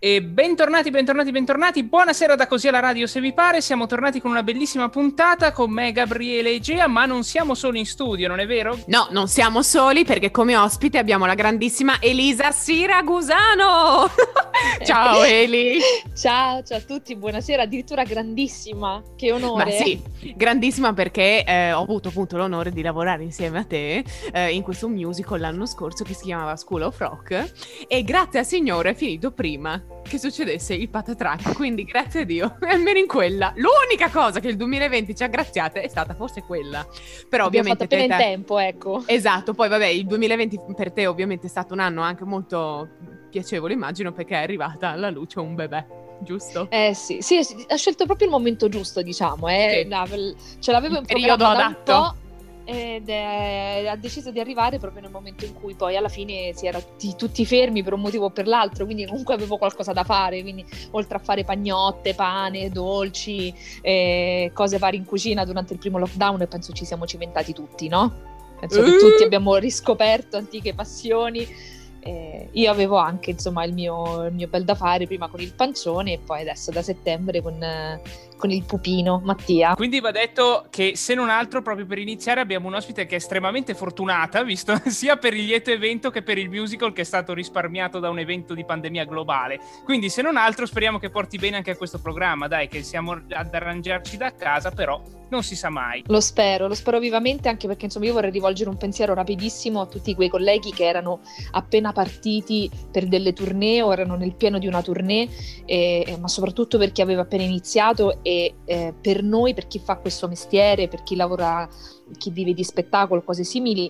E bentornati, bentornati, bentornati. Buonasera da Così alla Radio, se vi pare. Siamo tornati con una bellissima puntata con me, Gabriele e Gea, ma non siamo solo in studio, non è vero? No, non siamo soli perché come ospite abbiamo la grandissima Elisa Siragusano. Ciao Eli. Ciao a tutti, buonasera, addirittura grandissima, che onore. Ma sì, grandissima perché ho avuto appunto l'onore di lavorare insieme a te in questo musical l'anno scorso che si chiamava School of Rock e grazie al Signore è finito prima che succedesse il patatrack, quindi grazie a Dio, almeno in quella. L'unica cosa che il 2020 ci ha graziate è stata forse quella. Però abbiamo ovviamente fatto appena in tempo, ecco. Esatto, poi vabbè, il 2020 per te ovviamente è stato un anno anche molto piacevole, immagino, perché è arrivata alla luce un bebè, giusto? Sì, ha scelto proprio il momento giusto, diciamo, Sì. Ce l'avevo in periodo programma adatto. da un po'. Ed ha deciso di arrivare proprio nel momento in cui poi alla fine si era tutti fermi per un motivo o per l'altro, quindi comunque avevo qualcosa da fare, quindi oltre a fare pagnotte, pane, dolci, cose varie in cucina durante il primo lockdown, e penso ci siamo cimentati tutti, no? Penso che tutti abbiamo riscoperto antiche passioni. Io avevo anche insomma il mio bel da fare prima con il pancione e poi adesso da settembre con il pupino Mattia. Quindi va detto che se non altro proprio per iniziare abbiamo un ospite che è estremamente fortunata, visto sia per il lieto evento che per il musical che è stato risparmiato da un evento di pandemia globale. Quindi se non altro speriamo che porti bene anche a questo programma, dai, che siamo ad arrangiarci da casa, però non si sa mai. Lo spero vivamente, anche perché insomma io vorrei rivolgere un pensiero rapidissimo a tutti quei colleghi che erano appena partiti per delle tournée o erano nel pieno di una tournée, ma soprattutto per chi aveva appena iniziato e per noi, per chi fa questo mestiere, per chi lavora, chi vive di spettacolo, cose simili,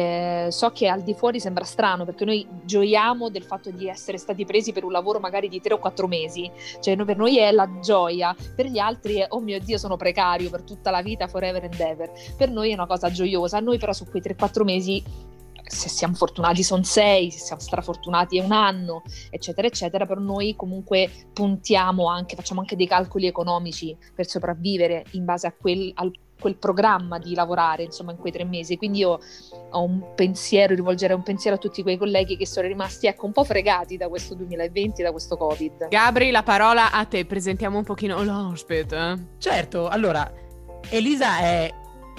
so che al di fuori sembra strano perché noi gioiamo del fatto di essere stati presi per un lavoro magari di 3 o 4 mesi, cioè per noi è la gioia, per gli altri è oh mio Dio sono precario per tutta la vita, forever and ever. Per noi è una cosa gioiosa, noi però su quei 3-4 mesi, se siamo fortunati sono 6, se siamo strafortunati è un anno, eccetera eccetera. Per noi comunque puntiamo anche, facciamo anche dei calcoli economici per sopravvivere in base a quel programma di lavorare insomma in quei 3 mesi. Quindi io ho un pensiero, rivolgerei un pensiero a tutti quei colleghi che sono rimasti ecco un po' fregati da questo 2020, da questo Covid. Gabri, la parola a te, presentiamo un pochino l'ospite. Certo, allora Elisa è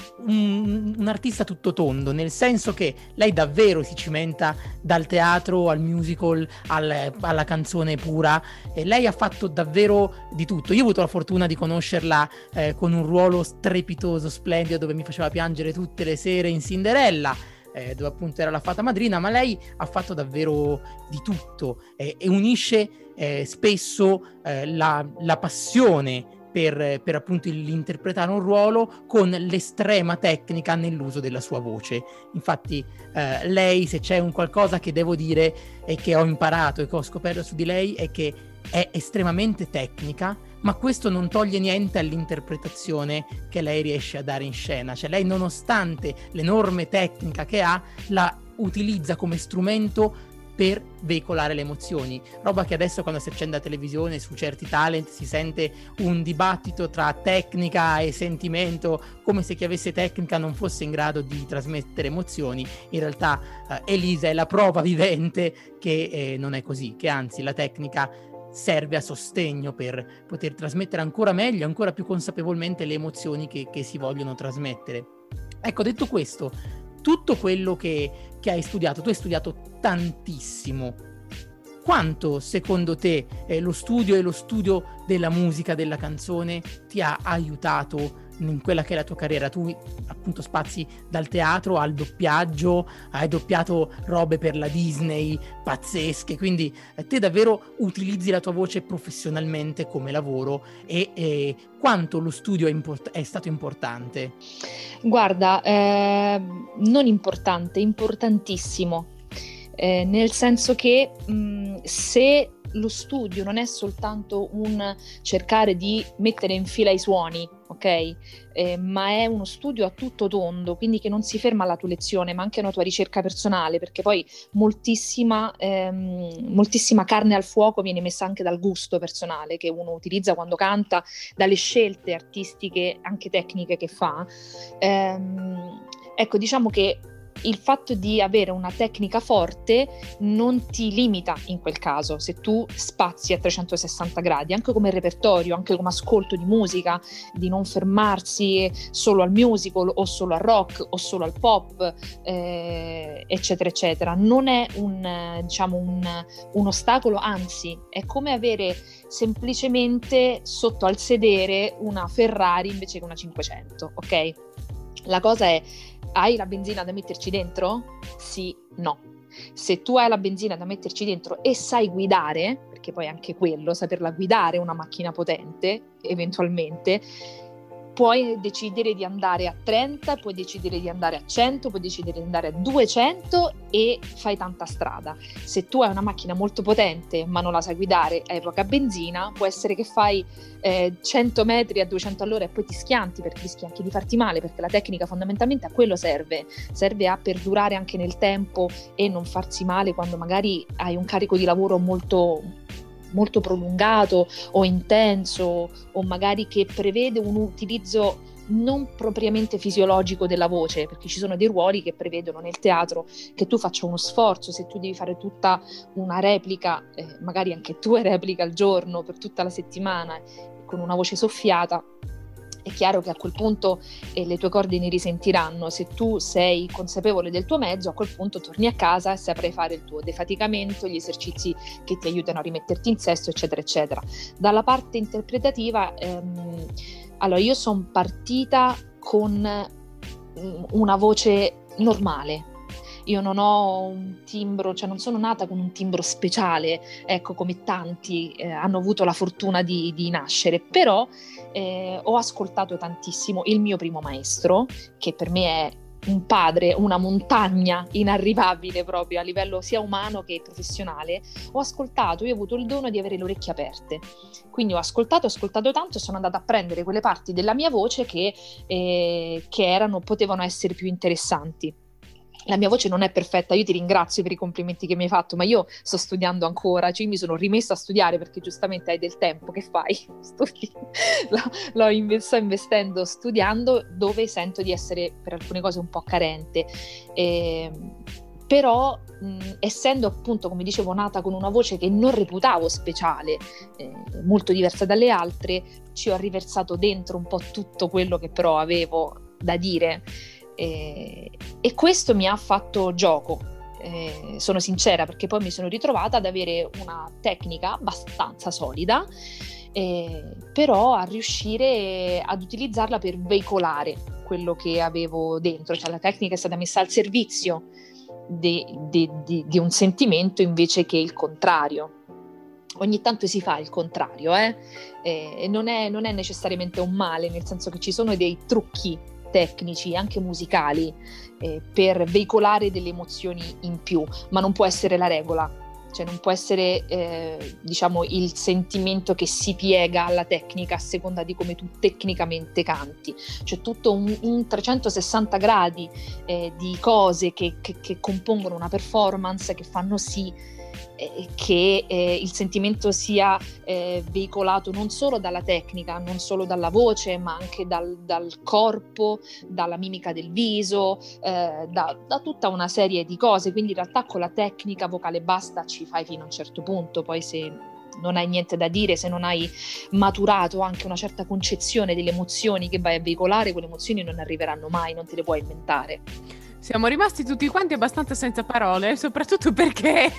un artista tutto tondo, nel senso che lei davvero si cimenta dal teatro al musical alla canzone pura, e lei ha fatto davvero di tutto. Io ho avuto la fortuna di conoscerla con un ruolo strepitoso, splendido, dove mi faceva piangere tutte le sere in Cinderella, dove appunto era la fata madrina, ma lei ha fatto davvero di tutto e unisce spesso la passione per appunto l'interpretare un ruolo con l'estrema tecnica nell'uso della sua voce. Infatti lei, se c'è un qualcosa che devo dire e che ho imparato e che ho scoperto su di lei, è che è estremamente tecnica, ma questo non toglie niente all'interpretazione che lei riesce a dare in scena. Cioè lei, nonostante l'enorme tecnica che ha, la utilizza come strumento per veicolare le emozioni, roba che adesso quando si accende la televisione su certi talent si sente un dibattito tra tecnica e sentimento, come se chi avesse tecnica non fosse in grado di trasmettere emozioni. In realtà Elisa è la prova vivente che non è così, che anzi la tecnica serve a sostegno per poter trasmettere ancora meglio, ancora più consapevolmente le emozioni che si vogliono trasmettere. Ecco, detto questo, tutto quello che hai studiato, tu hai studiato tantissimo. Quanto secondo te lo studio e lo studio della musica, della canzone ti ha aiutato in quella che è la tua carriera? Tu appunto spazi dal teatro al doppiaggio, hai doppiato robe per la Disney pazzesche, quindi te davvero utilizzi la tua voce professionalmente come lavoro, e quanto lo studio è stato importante? Guarda, non importante, importantissimo, nel senso che se lo studio non è soltanto un cercare di mettere in fila i suoni, ok? Ma è uno studio a tutto tondo, quindi che non si ferma alla tua lezione, ma anche a una tua ricerca personale, perché poi moltissima carne al fuoco viene messa anche dal gusto personale che uno utilizza quando canta, dalle scelte artistiche, anche tecniche che fa. Ecco, diciamo che il fatto di avere una tecnica forte non ti limita in quel caso, se tu spazi a 360 gradi, anche come repertorio, anche come ascolto di musica, di non fermarsi solo al musical o solo al rock o solo al pop, eccetera, eccetera. Non è un ostacolo, anzi, è come avere semplicemente sotto al sedere una Ferrari invece che una 500, ok? La cosa è: hai la benzina da metterci dentro? Sì, no. Se tu hai la benzina da metterci dentro e sai guidare, perché poi anche quello, saperla guidare una macchina potente, eventualmente, puoi decidere di andare a 30, puoi decidere di andare a 100, puoi decidere di andare a 200 e fai tanta strada. Se tu hai una macchina molto potente ma non la sai guidare, hai poca benzina, può essere che fai 100 metri a 200 all'ora e poi ti schianti, perché rischi anche di farti male, perché la tecnica fondamentalmente a quello serve a perdurare anche nel tempo e non farsi male quando magari hai un carico di lavoro molto molto prolungato o intenso, o magari che prevede un utilizzo non propriamente fisiologico della voce, perché ci sono dei ruoli che prevedono nel teatro che tu faccia uno sforzo. Se tu devi fare tutta una replica, magari anche 2 repliche al giorno per tutta la settimana, con una voce soffiata, è chiaro che a quel punto le tue corde ne risentiranno. Se tu sei consapevole del tuo mezzo, a quel punto torni a casa e saprai fare il tuo defaticamento, gli esercizi che ti aiutano a rimetterti in sesto, eccetera, eccetera. Dalla parte interpretativa, allora io sono partita con una voce normale. Io non ho un timbro, cioè non sono nata con un timbro speciale, ecco, come tanti hanno avuto la fortuna di nascere, però ho ascoltato tantissimo il mio primo maestro, che per me è un padre, una montagna inarrivabile proprio a livello sia umano che professionale. Ho ascoltato, io ho avuto il dono di avere le orecchie aperte, quindi ho ascoltato tanto e sono andata a prendere quelle parti della mia voce che potevano essere più interessanti. La mia voce non è perfetta, io ti ringrazio per i complimenti che mi hai fatto, ma io sto studiando ancora, cioè mi sono rimessa a studiare perché giustamente hai del tempo, che fai? Studi. Sto investendo studiando, dove sento di essere per alcune cose un po' carente. Però essendo appunto, come dicevo, nata con una voce che non reputavo speciale, molto diversa dalle altre, ci ho riversato dentro un po' tutto quello che però avevo da dire. E questo mi ha fatto gioco, sono sincera, perché poi mi sono ritrovata ad avere una tecnica abbastanza solida, però a riuscire ad utilizzarla per veicolare quello che avevo dentro, cioè la tecnica è stata messa al servizio di un sentimento invece che il contrario. Ogni tanto si fa il contrario, e non è necessariamente un male, nel senso che ci sono dei trucchi tecnici, anche musicali, per veicolare delle emozioni in più, ma non può essere la regola, cioè non può essere il sentimento che si piega alla tecnica a seconda di come tu tecnicamente canti. C'è tutto un 360 gradi di cose che compongono una performance, che fanno sì che il sentimento sia veicolato non solo dalla tecnica, non solo dalla voce, ma anche dal corpo, dalla mimica del viso, da tutta una serie di cose. Quindi in realtà con la tecnica vocale basta, ci fai fino a un certo punto, poi se non hai niente da dire, se non hai maturato anche una certa concezione delle emozioni che vai a veicolare, quelle emozioni non arriveranno mai, non te le puoi inventare. Siamo rimasti tutti quanti abbastanza senza parole, soprattutto perché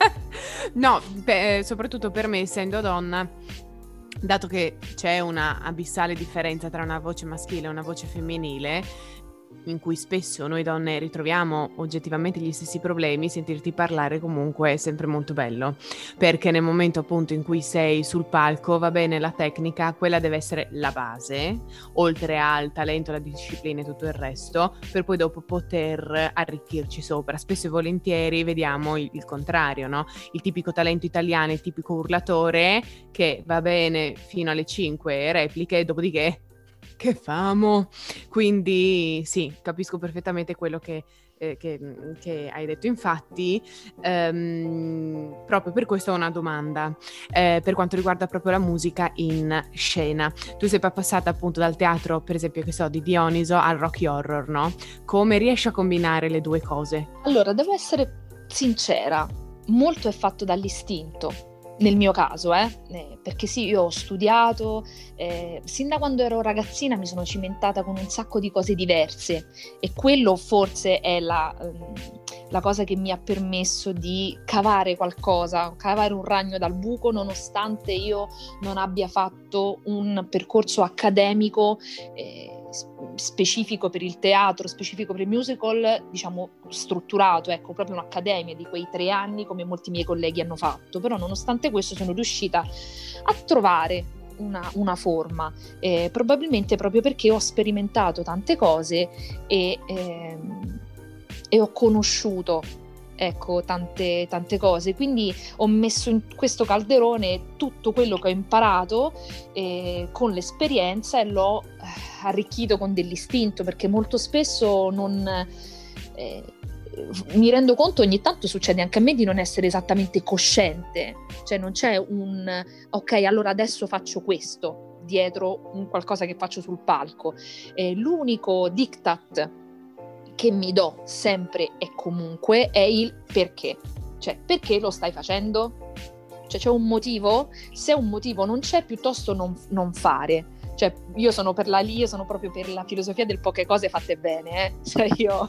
soprattutto per me, essendo donna, dato che c'è una abissale differenza tra una voce maschile e una voce femminile, in cui spesso noi donne ritroviamo oggettivamente gli stessi problemi, sentirti parlare comunque è sempre molto bello, perché nel momento appunto in cui sei sul palco, va bene la tecnica, quella deve essere la base, oltre al talento, la disciplina e tutto il resto, per poi dopo poter arricchirci sopra. Spesso e volentieri vediamo il contrario, no? Il tipico talento italiano, il tipico urlatore che va bene fino alle 5 repliche, dopodiché che famo. Quindi sì, capisco perfettamente quello che che hai detto. Infatti, proprio per questo ho una domanda per quanto riguarda proprio la musica in scena. Tu sei passata appunto dal teatro, per esempio, che so, di Dioniso al Rocky Horror, no? Come riesci a combinare le due cose? Allora, devo essere sincera, molto è fatto dall'istinto. Nel mio caso, perché sì, io ho studiato, sin da quando ero ragazzina mi sono cimentata con un sacco di cose diverse e quello forse è la cosa che mi ha permesso di cavare qualcosa, cavare un ragno dal buco, nonostante io non abbia fatto un percorso accademico specifico per il teatro, specifico per il musical, diciamo strutturato, ecco, proprio un'accademia di quei 3 anni come molti miei colleghi hanno fatto, però nonostante questo sono riuscita a trovare una forma, probabilmente proprio perché ho sperimentato tante cose e ho conosciuto, ecco, tante cose, quindi ho messo in questo calderone tutto quello che ho imparato con l'esperienza e l'ho arricchito con dell'istinto, perché molto spesso mi rendo conto, ogni tanto succede anche a me di non essere esattamente cosciente, cioè non c'è un ok, allora adesso faccio questo dietro un qualcosa che faccio sul palco. L'unico diktat che mi do sempre e comunque è il perché, cioè perché lo stai facendo? Cioè c'è un motivo? Se un motivo non c'è, piuttosto non fare. Cioè io sono proprio per la filosofia del poche cose fatte bene, cioè io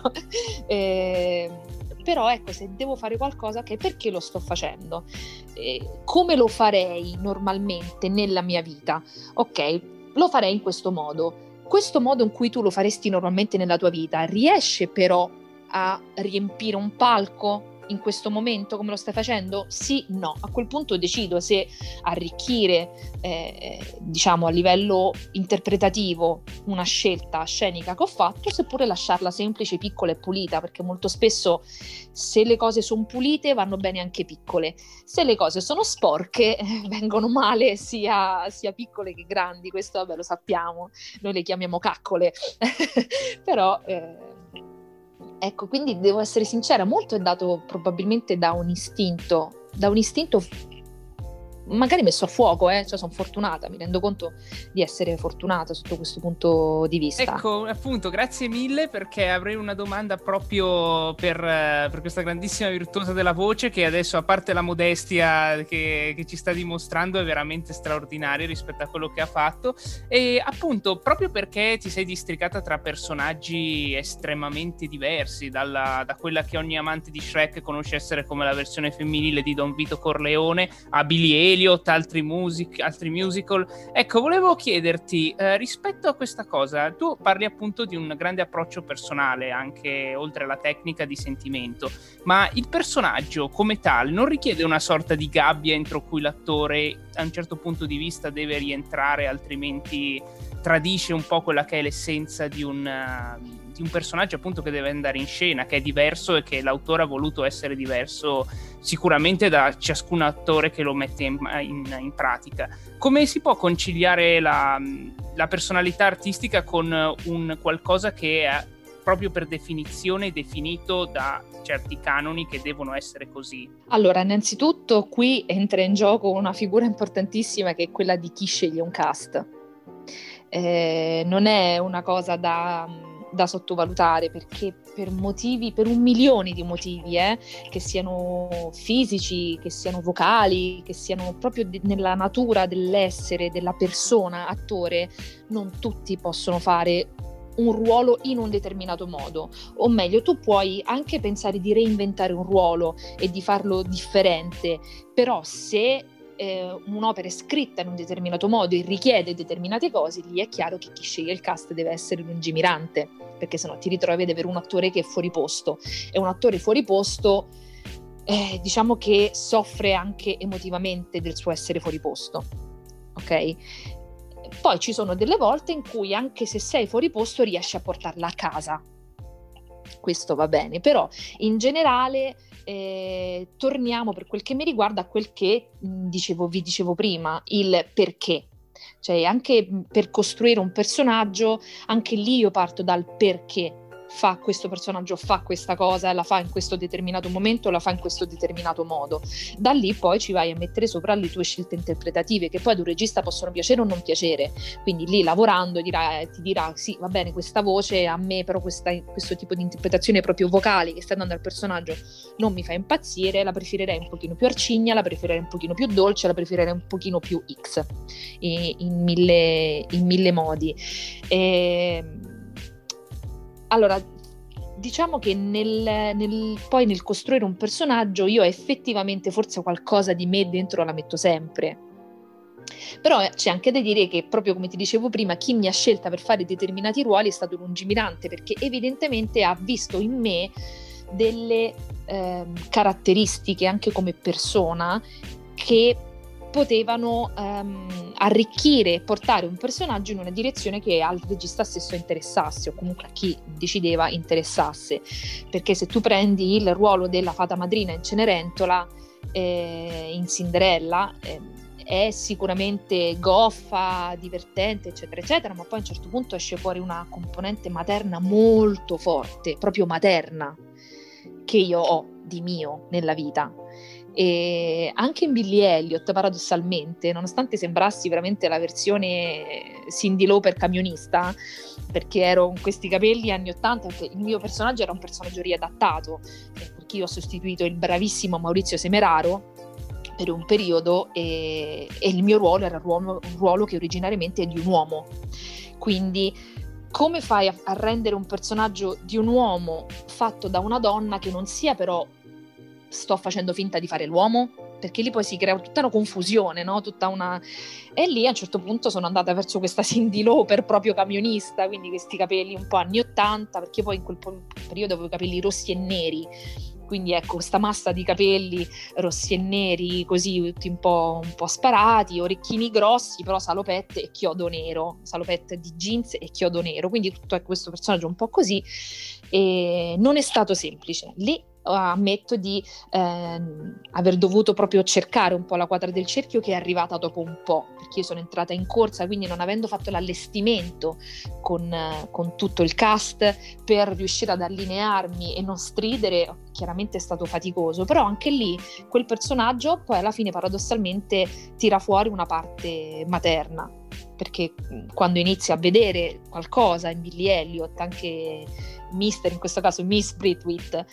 però ecco, se devo fare qualcosa, che perché lo sto facendo? Come lo farei normalmente nella mia vita? Ok, lo farei in questo modo. Questo modo in cui tu lo faresti normalmente nella tua vita riesce però a riempire un palco in questo momento come lo stai facendo? Sì, no. A quel punto decido se arricchire, diciamo a livello interpretativo, una scelta scenica che ho fatto, seppure lasciarla semplice, piccola e pulita, perché molto spesso se le cose sono pulite vanno bene anche piccole, se le cose sono sporche vengono male sia piccole che grandi. Questo vabbè lo sappiamo, noi le chiamiamo caccole però ecco, quindi devo essere sincera, molto è dato probabilmente da un istinto magari messo a fuoco, cioè sono fortunata, mi rendo conto di essere fortunata sotto questo punto di vista. Ecco, appunto, grazie mille, perché avrei una domanda proprio per questa grandissima virtuosa della voce, che adesso, a parte la modestia che ci sta dimostrando, è veramente straordinaria rispetto a quello che ha fatto, e appunto proprio perché ti sei districata tra personaggi estremamente diversi, da quella che ogni amante di Shrek conosce essere come la versione femminile di Don Vito Corleone, a Billy Elliot, altri musical. Ecco, volevo chiederti, rispetto a questa cosa, tu parli appunto di un grande approccio personale, anche oltre alla tecnica di sentimento, ma il personaggio come tale non richiede una sorta di gabbia entro cui l'attore a un certo punto di vista deve rientrare, altrimenti tradisce un po' quella che è l'essenza di un personaggio appunto che deve andare in scena, che è diverso e che l'autore ha voluto essere diverso sicuramente da ciascun attore che lo mette in pratica. Come si può conciliare la personalità artistica con un qualcosa che è proprio per definizione definito da certi canoni che devono essere così? Allora, innanzitutto qui entra in gioco una figura importantissima, che è quella di chi sceglie un cast. Non è una cosa da sottovalutare, perché per un milione di motivi, che siano fisici, che siano vocali, che siano proprio nella natura dell'essere della persona attore, non tutti possono fare un ruolo in un determinato modo, o meglio, tu puoi anche pensare di reinventare un ruolo e di farlo differente, però se un'opera è scritta in un determinato modo e richiede determinate cose, lì è chiaro che chi sceglie il cast deve essere lungimirante, perché sennò ti ritrovi ad avere un attore che è fuori posto, e un attore fuori posto diciamo che soffre anche emotivamente del suo essere fuori posto, ok? Poi ci sono delle volte in cui anche se sei fuori posto riesci a portarla a casa, questo va bene, però in generale torniamo, per quel che mi riguarda, a quel che vi dicevo prima, il perché. Cioè anche per costruire un personaggio, anche lì io parto dal perché fa questo personaggio, fa questa cosa, la fa in questo determinato momento, la fa in questo determinato modo. Da lì poi ci vai a mettere sopra le tue scelte interpretative, che poi ad un regista possono piacere o non piacere, quindi lì lavorando ti dirà sì, va bene, questa voce a me, però questo tipo di interpretazione proprio vocale che sta dando al personaggio non mi fa impazzire, la preferirei un pochino più arcigna, la preferirei un pochino più dolce, la preferirei un pochino più X, in mille modi. Allora, diciamo che poi nel costruire un personaggio io effettivamente forse qualcosa di me dentro la metto sempre. Però c'è anche da dire che, proprio come ti dicevo prima, chi mi ha scelta per fare determinati ruoli è stato lungimirante, perché evidentemente ha visto in me delle caratteristiche anche come persona che potevano arricchire e portare un personaggio in una direzione che al regista stesso interessasse, o comunque a chi decideva interessasse. Perché se tu prendi il ruolo della fata madrina in Cenerentola, in Cinderella, è sicuramente goffa, divertente, eccetera eccetera, ma poi a un certo punto esce fuori una componente materna molto forte, proprio materna, che io ho di mio nella vita. E anche in Billy Elliot, paradossalmente, nonostante sembrassi veramente la versione Cyndi Lauper camionista, perché ero con questi capelli anni 80, perché il mio personaggio era un personaggio riadattato, perché io ho sostituito il bravissimo Maurizio Semeraro per un periodo, e il mio ruolo era un ruolo che originariamente è di un uomo. Quindi come fai a rendere un personaggio di un uomo fatto da una donna che non sia però sto facendo finta di fare l'uomo? Perché lì poi si crea tutta una confusione, no? E lì a un certo punto sono andata verso questa Cyndi Lauper proprio camionista, quindi questi capelli un po' anni 80, perché poi in quel periodo avevo i capelli rossi e neri, quindi ecco questa massa di capelli rossi e neri così tutti un po' sparati, orecchini grossi, però salopette e chiodo nero, salopette di jeans e chiodo nero, quindi tutto questo personaggio un po' così, e non è stato semplice. Lì ammetto di aver dovuto proprio cercare un po' la quadra del cerchio, che è arrivata dopo un po', perché io sono entrata in corsa, quindi non avendo fatto l'allestimento con tutto il cast per riuscire ad allinearmi e non stridere, chiaramente è stato faticoso, però anche lì quel personaggio poi alla fine paradossalmente tira fuori una parte materna, perché quando inizi a vedere qualcosa in Billy Elliot, anche Mister, in questo caso Miss Britwit,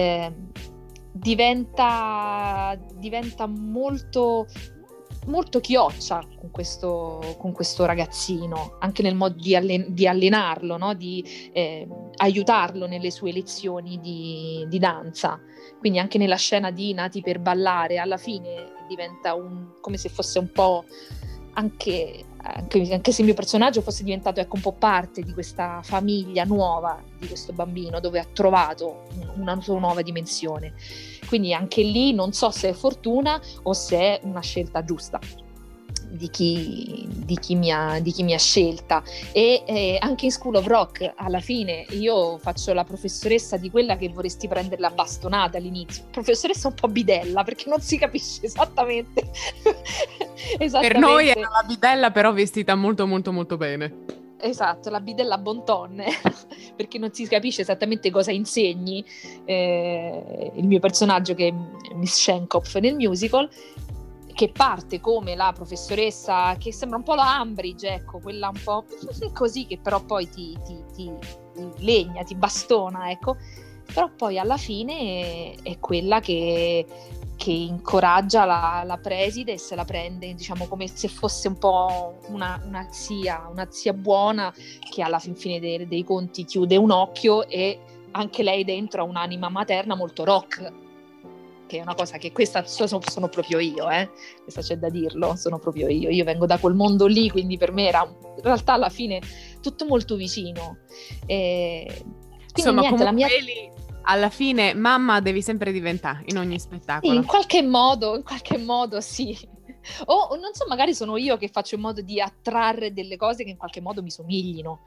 diventa molto molto chioccia con questo ragazzino, anche nel modo di allenarlo, no? Di aiutarlo nelle sue lezioni di danza. Quindi anche nella scena di Nati per ballare, alla fine diventa come se fosse un po' anche se il mio personaggio fosse diventato un po' parte di questa famiglia nuova di questo bambino, dove ha trovato una sua nuova dimensione. Quindi anche lì non so se è fortuna o se è una scelta giusta di chi mi ha scelta. E anche in School of Rock alla fine io faccio la professoressa di quella che vorresti prendere la bastonata all'inizio, professoressa un po' bidella, perché non si capisce esattamente. Per noi era la bidella, però vestita molto molto molto bene. Esatto, la bidella bon ton, perché non si capisce esattamente cosa insegni il mio personaggio, che è Miss Schenkopf nel musical, che parte come la professoressa che sembra un po' la Umbridge, ecco, quella un po' così, che però poi ti legna, ti bastona, ecco. Però poi alla fine è quella che incoraggia la preside e se la prende, diciamo, come se fosse un po' una zia buona, che alla fine dei conti chiude un occhio, e anche lei dentro ha un'anima materna molto rock, che è una cosa che questa sono proprio io, questa c'è da dirlo, sono proprio io vengo da quel mondo lì, quindi per me era in realtà alla fine tutto molto vicino. Insomma, niente, alla fine mamma devi sempre diventare in ogni spettacolo. In qualche modo sì. O non so, magari sono io che faccio in modo di attrarre delle cose che in qualche modo mi somiglino.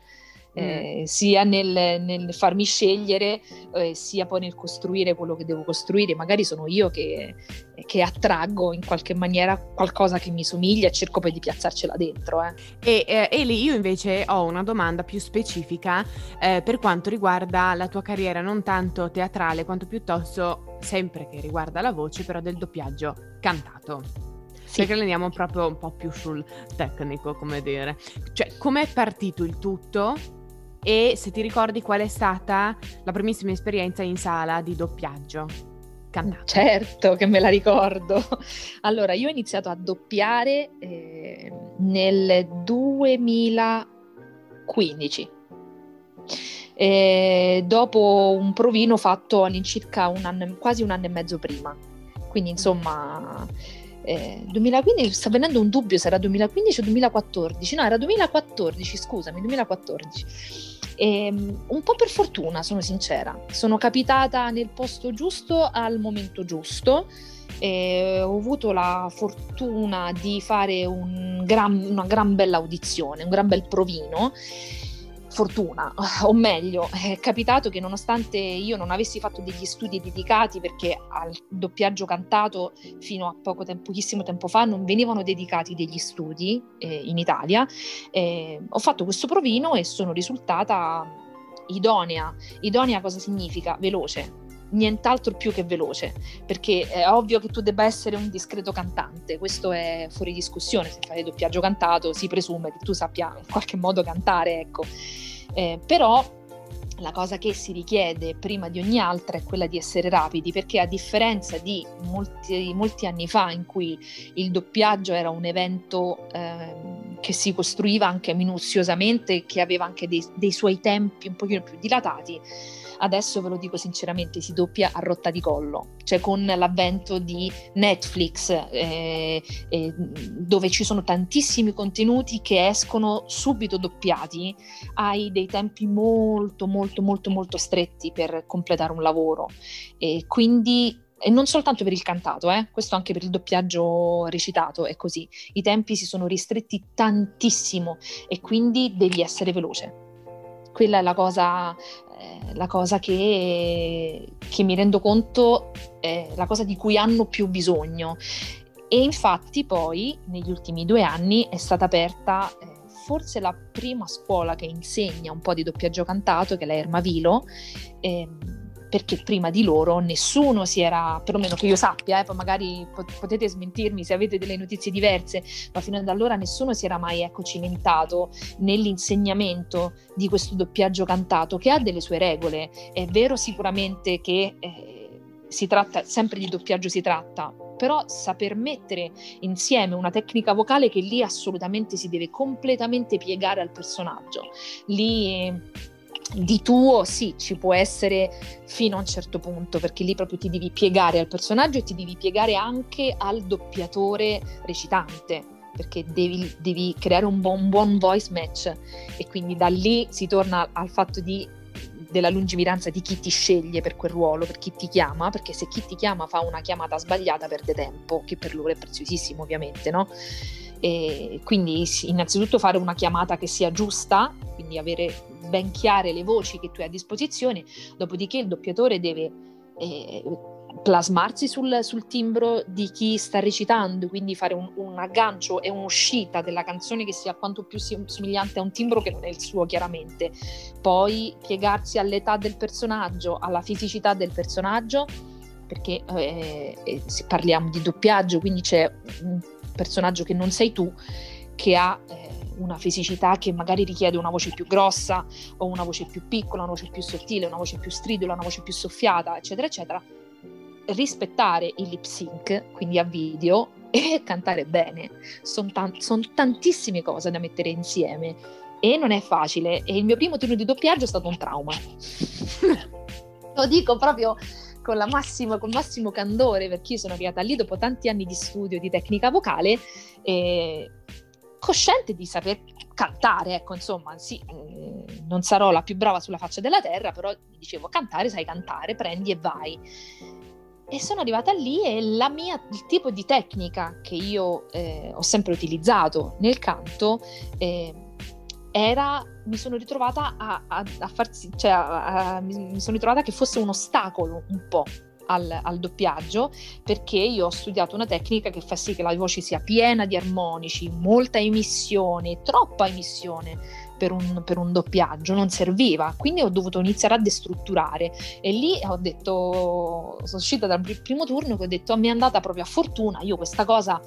sia nel farmi scegliere, sia poi nel costruire quello che devo costruire. Magari sono io che attraggo in qualche maniera qualcosa che mi somiglia e cerco poi di piazzarcela dentro. E Eli, io invece ho una domanda più specifica per quanto riguarda la tua carriera, non tanto teatrale quanto piuttosto, sempre che riguarda la voce, però del doppiaggio cantato. Sì. Perché andiamo proprio un po' più sul tecnico, come dire. Cioè, com'è partito il tutto e se ti ricordi qual è stata la primissima esperienza in sala di doppiaggio cantato? Certo che me la ricordo. Allora, io ho iniziato a doppiare nel 2015. Dopo un provino fatto all'incirca quasi un anno e mezzo prima. Quindi, insomma... 2015, sta venendo un dubbio se era 2015 o 2014. No, era 2014, scusami, 2014. Un po' per fortuna, sono sincera, sono capitata nel posto giusto al momento giusto. Ho avuto la fortuna di fare una gran bella audizione, un gran bel provino. Fortuna, o meglio, è capitato che nonostante io non avessi fatto degli studi dedicati, perché al doppiaggio cantato fino a pochissimo tempo fa non venivano dedicati degli studi in Italia, ho fatto questo provino e sono risultata idonea. Idonea cosa significa? Veloce. Nient'altro più che veloce, perché è ovvio che tu debba essere un discreto cantante, questo è fuori discussione. Se fai doppiaggio cantato si presume che tu sappia in qualche modo cantare, ecco. Però la cosa che si richiede prima di ogni altra è quella di essere rapidi, perché a differenza di molti anni fa in cui il doppiaggio era un evento che si costruiva anche minuziosamente, che aveva anche dei suoi tempi un pochino più dilatati, adesso ve lo dico sinceramente, si doppia a rotta di collo, cioè con l'avvento di Netflix, dove ci sono tantissimi contenuti che escono subito doppiati, hai dei tempi molto molto molto molto stretti per completare un lavoro, e quindi, e non soltanto per il cantato, questo anche per il doppiaggio recitato è così, i tempi si sono ristretti tantissimo e quindi devi essere veloce. Quella è la cosa che mi rendo conto è la cosa di cui hanno più bisogno. E infatti poi negli ultimi 2 anni è stata aperta forse la prima scuola che insegna un po' di doppiaggio cantato, che è la Ermavilo, perché prima di loro nessuno si era, perlomeno che io sappia, poi magari potete smentirmi se avete delle notizie diverse, ma fino ad allora nessuno si era mai cimentato nell'insegnamento di questo doppiaggio cantato, che ha delle sue regole. È vero sicuramente che si tratta sempre di doppiaggio, però saper mettere insieme una tecnica vocale che lì assolutamente si deve completamente piegare al personaggio. Lì di tuo sì, ci può essere fino a un certo punto, perché lì proprio ti devi piegare al personaggio e ti devi piegare anche al doppiatore recitante, perché devi creare un buon voice match, e quindi da lì si torna al fatto della lungimiranza di chi ti sceglie per quel ruolo, per chi ti chiama, perché se chi ti chiama fa una chiamata sbagliata perde tempo, che per loro è preziosissimo ovviamente, no? E quindi innanzitutto fare una chiamata che sia giusta, quindi avere ben chiare le voci che tu hai a disposizione, dopodiché il doppiatore deve plasmarsi sul timbro di chi sta recitando, quindi fare un aggancio e un'uscita della canzone che sia quanto più somigliante a un timbro che non è il suo, chiaramente. Poi piegarsi all'età del personaggio, alla fisicità del personaggio, perché se parliamo di doppiaggio, quindi c'è un personaggio che non sei tu, che ha una fisicità che magari richiede una voce più grossa o una voce più piccola, una voce più sottile, una voce più stridula, una voce più soffiata, eccetera eccetera. Rispettare il lip sync, quindi a video, e cantare bene, sono tantissime cose da mettere insieme e non è facile, e il mio primo turno di doppiaggio è stato un trauma. Lo dico proprio con massimo candore, perché io sono arrivata lì dopo tanti anni di studio di tecnica vocale, cosciente di saper cantare, ecco, insomma, sì, non sarò la più brava sulla faccia della terra, però dicevo, cantare, sai cantare, prendi e vai. E sono arrivata lì e il tipo di tecnica che io ho sempre utilizzato nel canto mi sono ritrovata mi sono ritrovata che fosse un ostacolo un po' al doppiaggio, perché io ho studiato una tecnica che fa sì che la voce sia piena di armonici, molta emissione, troppa emissione per un doppiaggio, non serviva, quindi ho dovuto iniziare a destrutturare, e lì ho detto, sono uscita dal primo turno che ho detto mi è andata proprio a fortuna, io questa cosa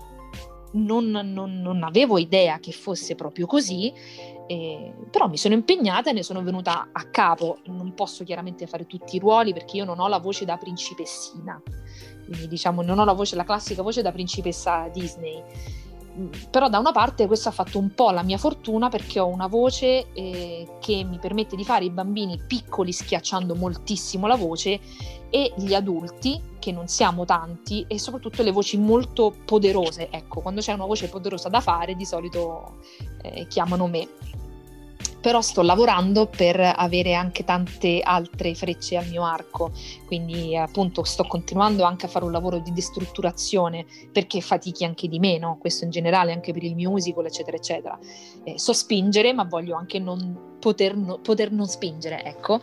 non avevo idea che fosse proprio così, però mi sono impegnata e ne sono venuta a capo. Non posso chiaramente fare tutti i ruoli perché io non ho la voce da principessina, quindi diciamo non ho la classica voce da principessa Disney, però da una parte questo ha fatto un po' la mia fortuna, perché ho una voce che mi permette di fare i bambini piccoli schiacciando moltissimo la voce, e gli adulti, che non siamo tanti, e soprattutto le voci molto poderose. Ecco, quando c'è una voce poderosa da fare di solito chiamano me. Però sto lavorando per avere anche tante altre frecce al mio arco, quindi appunto sto continuando anche a fare un lavoro di destrutturazione, perché fatichi anche di meno, questo in generale anche per il musical eccetera eccetera. So spingere, ma voglio anche poter non spingere, ecco.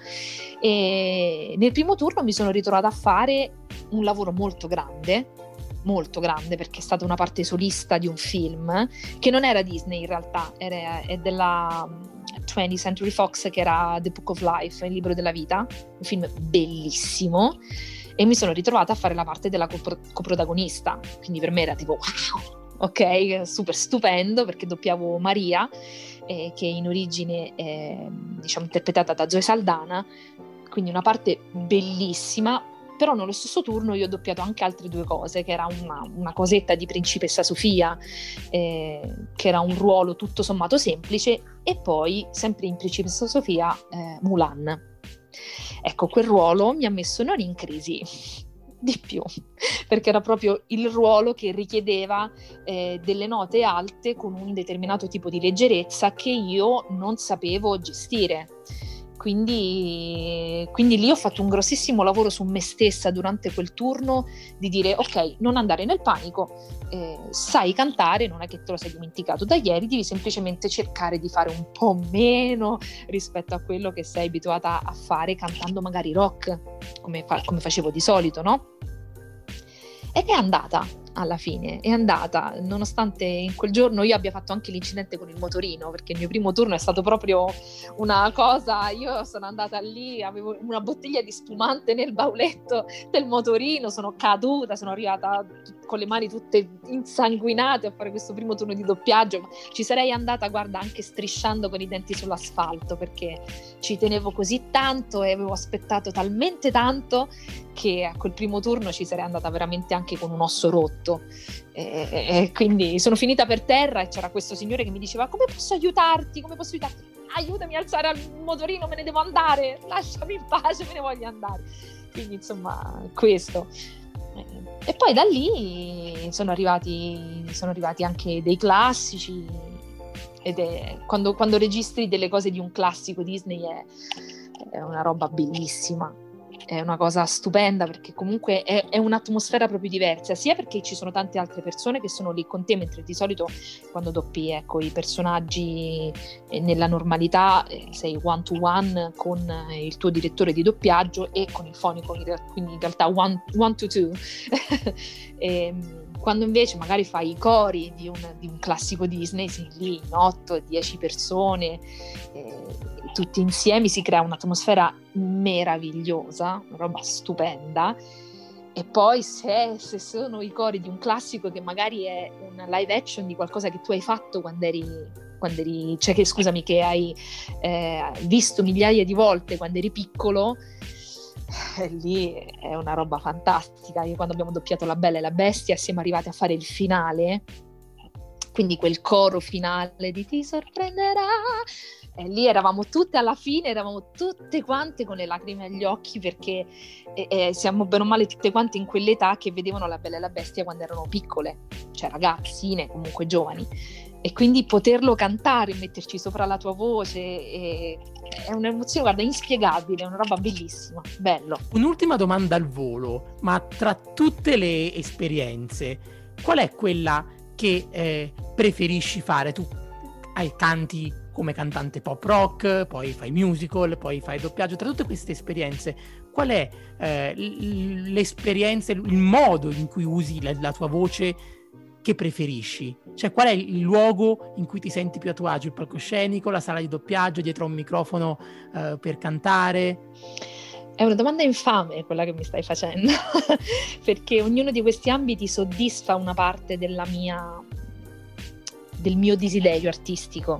E nel primo turno mi sono ritrovata a fare un lavoro molto grande, perché è stata una parte solista di un film che non era Disney in realtà, è della 20th Century Fox, che era The Book of Life, il libro della vita, un film bellissimo, e mi sono ritrovata a fare la parte della coprotagonista, quindi per me era tipo wow, ok, super stupendo, perché doppiavo Maria, che in origine è diciamo interpretata da Zoe Saldana, quindi una parte bellissima. Però nello stesso turno io ho doppiato anche altre due cose, che era una cosetta di Principessa Sofia, che era un ruolo tutto sommato semplice, e poi sempre in Principessa Sofia Mulan. Ecco, quel ruolo mi ha messo non in crisi di più, perché era proprio il ruolo che richiedeva delle note alte con un determinato tipo di leggerezza che io non sapevo gestire. Quindi lì ho fatto un grossissimo lavoro su me stessa durante quel turno, di dire ok, non andare nel panico, sai cantare, non è che te lo sei dimenticato da ieri, devi semplicemente cercare di fare un po' meno rispetto a quello che sei abituata a fare cantando magari rock, come facevo di solito, no? Ed è andata. Alla fine è andata, nonostante in quel giorno io abbia fatto anche l'incidente con il motorino, perché il mio primo turno è stato proprio una cosa, io sono andata lì, avevo una bottiglia di spumante nel bauletto del motorino, sono caduta, sono arrivata con le mani tutte insanguinate a fare questo primo turno di doppiaggio, ma ci sarei andata, guarda, anche strisciando con i denti sull'asfalto, perché ci tenevo così tanto e avevo aspettato talmente tanto che a quel primo turno ci sarei andata veramente anche con un osso rotto, e quindi sono finita per terra e c'era questo signore che mi diceva come posso aiutarti, aiutami a alzare al motorino, me ne devo andare, lasciami in pace, me ne voglio andare. Quindi insomma questo, e poi da lì sono arrivati anche dei classici, ed è quando registri delle cose di un classico Disney è una roba bellissima. È una cosa stupenda, perché comunque è un'atmosfera proprio diversa, sia perché ci sono tante altre persone che sono lì con te, mentre di solito quando doppi i personaggi nella normalità sei one to one con il tuo direttore di doppiaggio e con il fonico, quindi in realtà one to two. Quando invece magari fai i cori di un classico Disney, sei lì in 8-10 persone, tutti insieme, si crea un'atmosfera meravigliosa, una roba stupenda. E poi se sono i cori di un classico che magari è un live action di qualcosa che tu hai fatto quando eri, cioè che scusami, che hai visto migliaia di volte quando eri piccolo, lì è una roba fantastica. Io quando abbiamo doppiato La Bella e la Bestia siamo arrivati a fare il finale, quindi quel coro finale di Ti sorprenderà, e lì eravamo tutte, alla fine eravamo tutte quante con le lacrime agli occhi, perché siamo bene o male tutte quante in quell'età che vedevano La Bella e la Bestia quando erano piccole, cioè ragazzine, comunque giovani, e quindi poterlo cantare, metterci sopra la tua voce, è un'emozione, guarda, inspiegabile, è una roba bellissima, bello. Un'ultima domanda al volo, ma tra tutte le esperienze, qual è quella che preferisci fare? Tu canti come cantante pop rock, poi fai musical, poi fai doppiaggio. Tra tutte queste esperienze, qual è l'esperienza, il modo in cui usi la tua voce che preferisci? Cioè, qual è il luogo in cui ti senti più a tuo agio? Il palcoscenico, la sala di doppiaggio, dietro a un microfono per cantare? È una domanda infame quella che mi stai facendo, perché ognuno di questi ambiti soddisfa una parte del mio desiderio artistico.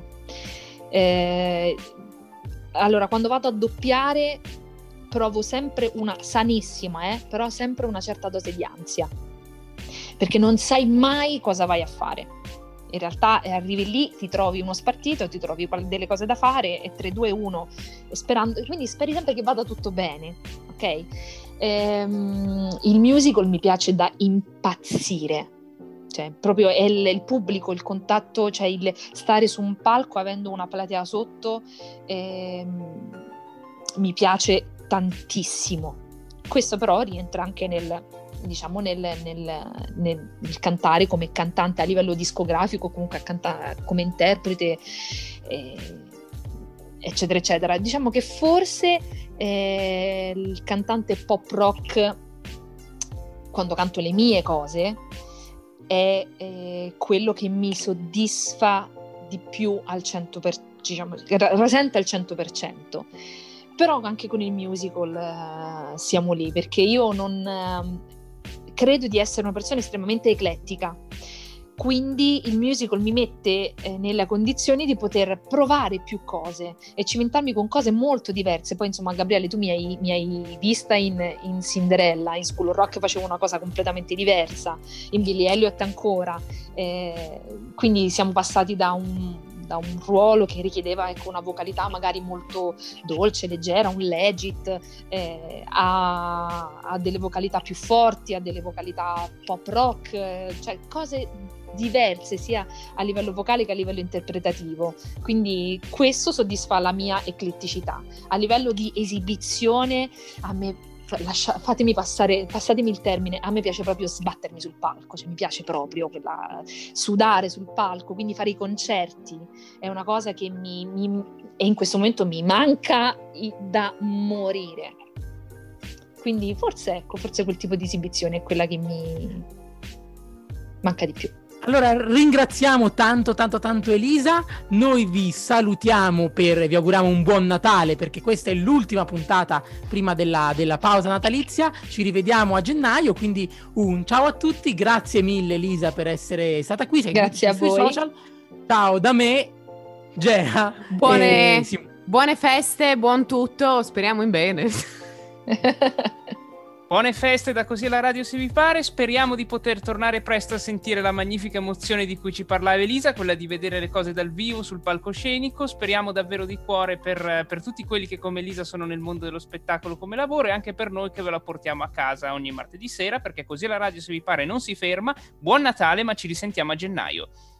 Allora, quando vado a doppiare provo sempre però sempre una certa dose di ansia, perché non sai mai cosa vai a fare. In realtà arrivi lì, ti trovi uno spartito, ti trovi delle cose da fare e 3, 2, 1, quindi speri sempre che vada tutto bene, ok? Il musical mi piace da impazzire, cioè proprio è il pubblico, il contatto, cioè il stare su un palco avendo una platea sotto, mi piace tantissimo. Questo però rientra anche nel cantare come cantante a livello discografico, comunque come interprete, eccetera eccetera. Diciamo che forse il cantante pop rock, quando canto le mie cose, è quello che mi soddisfa di più al 100%, diciamo, rasenta il 100%. Però anche con il musical siamo lì, perché io non credo di essere una persona estremamente eclettica, quindi il musical mi mette nella condizione di poter provare più cose e cimentarmi con cose molto diverse. Poi insomma, Gabriele, tu mi hai vista in Cinderella, in School of Rock facevo una cosa completamente diversa, in Billy Elliot ancora, quindi siamo passati da un ruolo che richiedeva, ecco, una vocalità magari molto dolce, leggera, un legit, a delle vocalità più forti, a delle vocalità pop rock, cioè cose diverse sia a livello vocale che a livello interpretativo. Quindi questo soddisfa la mia ecletticità. A livello di esibizione, a me passatemi il termine, a me piace proprio sbattermi sul palco, cioè mi piace proprio sudare sul palco, quindi fare i concerti è una cosa che e in questo momento mi manca da morire. Quindi forse quel tipo di esibizione è quella che mi manca di più. Allora ringraziamo tanto Elisa, noi vi salutiamo, vi auguriamo un buon Natale, perché questa è l'ultima puntata prima della pausa natalizia, ci rivediamo a gennaio, quindi un ciao a tutti, grazie mille Elisa per essere stata qui, grazie a voi. Social. Ciao da me, Gea. Buone feste, buon tutto, speriamo in bene. Buone feste da Così la radio se vi pare, speriamo di poter tornare presto a sentire la magnifica emozione di cui ci parlava Elisa, quella di vedere le cose dal vivo sul palcoscenico. Speriamo davvero di cuore per tutti quelli che come Elisa sono nel mondo dello spettacolo come lavoro, e anche per noi che ve la portiamo a casa ogni martedì sera, perché Così la radio se vi pare non si ferma. Buon Natale, ma ci risentiamo a gennaio.